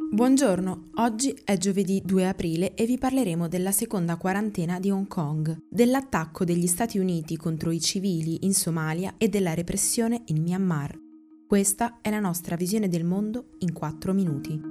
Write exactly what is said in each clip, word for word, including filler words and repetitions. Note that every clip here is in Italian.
Buongiorno, oggi è giovedì due aprile e vi parleremo della seconda quarantena di Hong Kong, dell'attacco degli Stati Uniti contro i civili in Somalia e della repressione in Myanmar. Questa è la nostra visione del mondo in quattro minuti.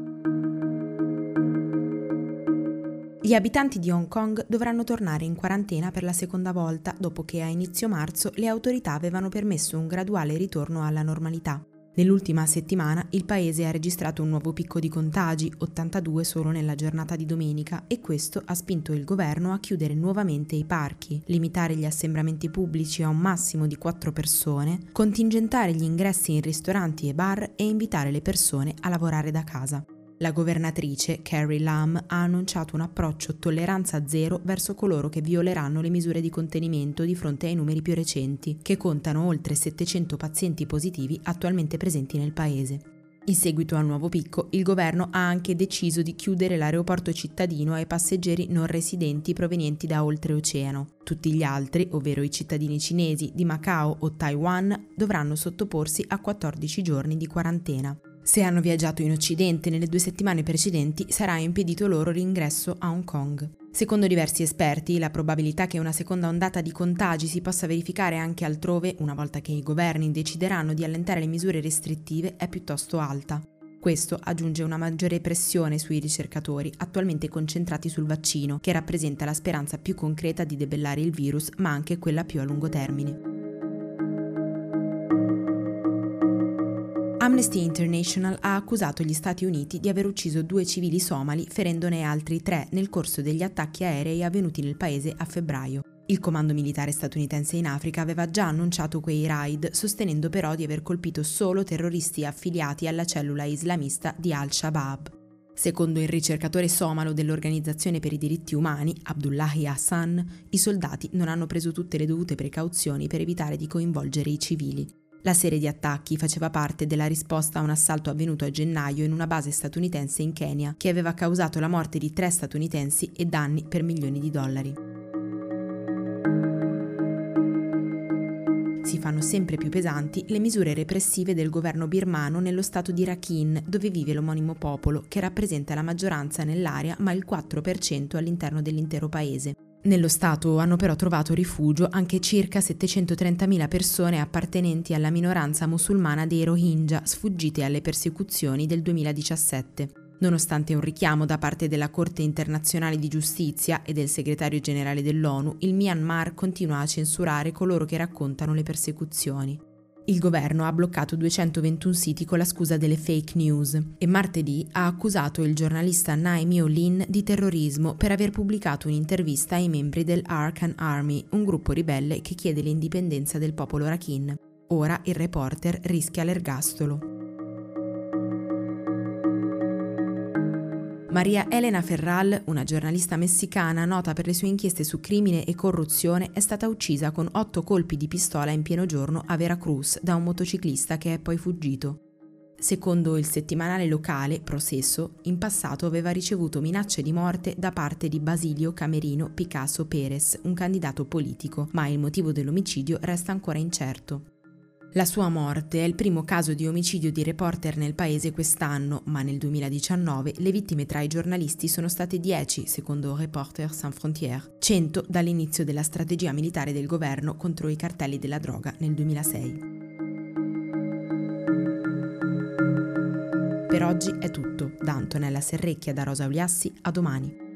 Gli abitanti di Hong Kong dovranno tornare in quarantena per la seconda volta dopo che a inizio marzo le autorità avevano permesso un graduale ritorno alla normalità. Nell'ultima settimana il paese ha registrato un nuovo picco di contagi, ottantadue solo nella giornata di domenica, e questo ha spinto il governo a chiudere nuovamente i parchi, limitare gli assembramenti pubblici a un massimo di quattro persone, contingentare gli ingressi in ristoranti e bar e invitare le persone a lavorare da casa. La governatrice, Carrie Lam, ha annunciato un approccio tolleranza zero verso coloro che violeranno le misure di contenimento di fronte ai numeri più recenti, che contano oltre settecento pazienti positivi attualmente presenti nel paese. In seguito al nuovo picco, il governo ha anche deciso di chiudere l'aeroporto cittadino ai passeggeri non residenti provenienti da oltreoceano. Tutti gli altri, ovvero i cittadini cinesi di Macao o Taiwan, dovranno sottoporsi a quattordici giorni di quarantena. Se hanno viaggiato in Occidente nelle due settimane precedenti, sarà impedito loro l'ingresso a Hong Kong. Secondo diversi esperti, la probabilità che una seconda ondata di contagi si possa verificare anche altrove, una volta che i governi decideranno di allentare le misure restrittive, è piuttosto alta. Questo aggiunge una maggiore pressione sui ricercatori, attualmente concentrati sul vaccino, che rappresenta la speranza più concreta di debellare il virus, ma anche quella più a lungo termine. Amnesty International ha accusato gli Stati Uniti di aver ucciso due civili somali, ferendone altri tre nel corso degli attacchi aerei avvenuti nel paese a febbraio. Il comando militare statunitense in Africa aveva già annunciato quei raid, sostenendo però di aver colpito solo terroristi affiliati alla cellula islamista di Al-Shabaab. Secondo il ricercatore somalo dell'Organizzazione per i diritti umani, Abdullahi Hassan, i soldati non hanno preso tutte le dovute precauzioni per evitare di coinvolgere i civili. La serie di attacchi faceva parte della risposta a un assalto avvenuto a gennaio in una base statunitense in Kenya, che aveva causato la morte di tre statunitensi e danni per milioni di dollari. Si fanno sempre più pesanti le misure repressive del governo birmano nello stato di Rakhine, dove vive l'omonimo popolo, che rappresenta la maggioranza nell'area ma il quattro per cento all'interno dell'intero paese. Nello Stato hanno però trovato rifugio anche circa settecentotrentamila persone appartenenti alla minoranza musulmana dei Rohingya, sfuggite alle persecuzioni del duemiladiciassette. Nonostante un richiamo da parte della Corte internazionale di giustizia e del segretario generale dell'ONU, il Myanmar continua a censurare coloro che raccontano le persecuzioni. Il governo ha bloccato duecentoventuno siti con la scusa delle fake news e martedì ha accusato il giornalista Nae Myo Lin di terrorismo per aver pubblicato un'intervista ai membri del Arakan Army, un gruppo ribelle che chiede l'indipendenza del popolo Rakhine. Ora il reporter rischia l'ergastolo. Maria Elena Ferral, una giornalista messicana nota per le sue inchieste su crimine e corruzione, è stata uccisa con otto colpi di pistola in pieno giorno a Veracruz da un motociclista che è poi fuggito. Secondo il settimanale locale Proceso, in passato aveva ricevuto minacce di morte da parte di Basilio Camerino Picasso Pérez, un candidato politico, ma il motivo dell'omicidio resta ancora incerto. La sua morte è il primo caso di omicidio di reporter nel paese quest'anno, ma nel duemiladiciannove le vittime tra i giornalisti sono state dieci, secondo Reporters Sans Frontières, cento dall'inizio della strategia militare del governo contro i cartelli della droga nel duemilasei. Per oggi è tutto. Da Antonella Serrecchia e da Rosa Uliassi, a domani.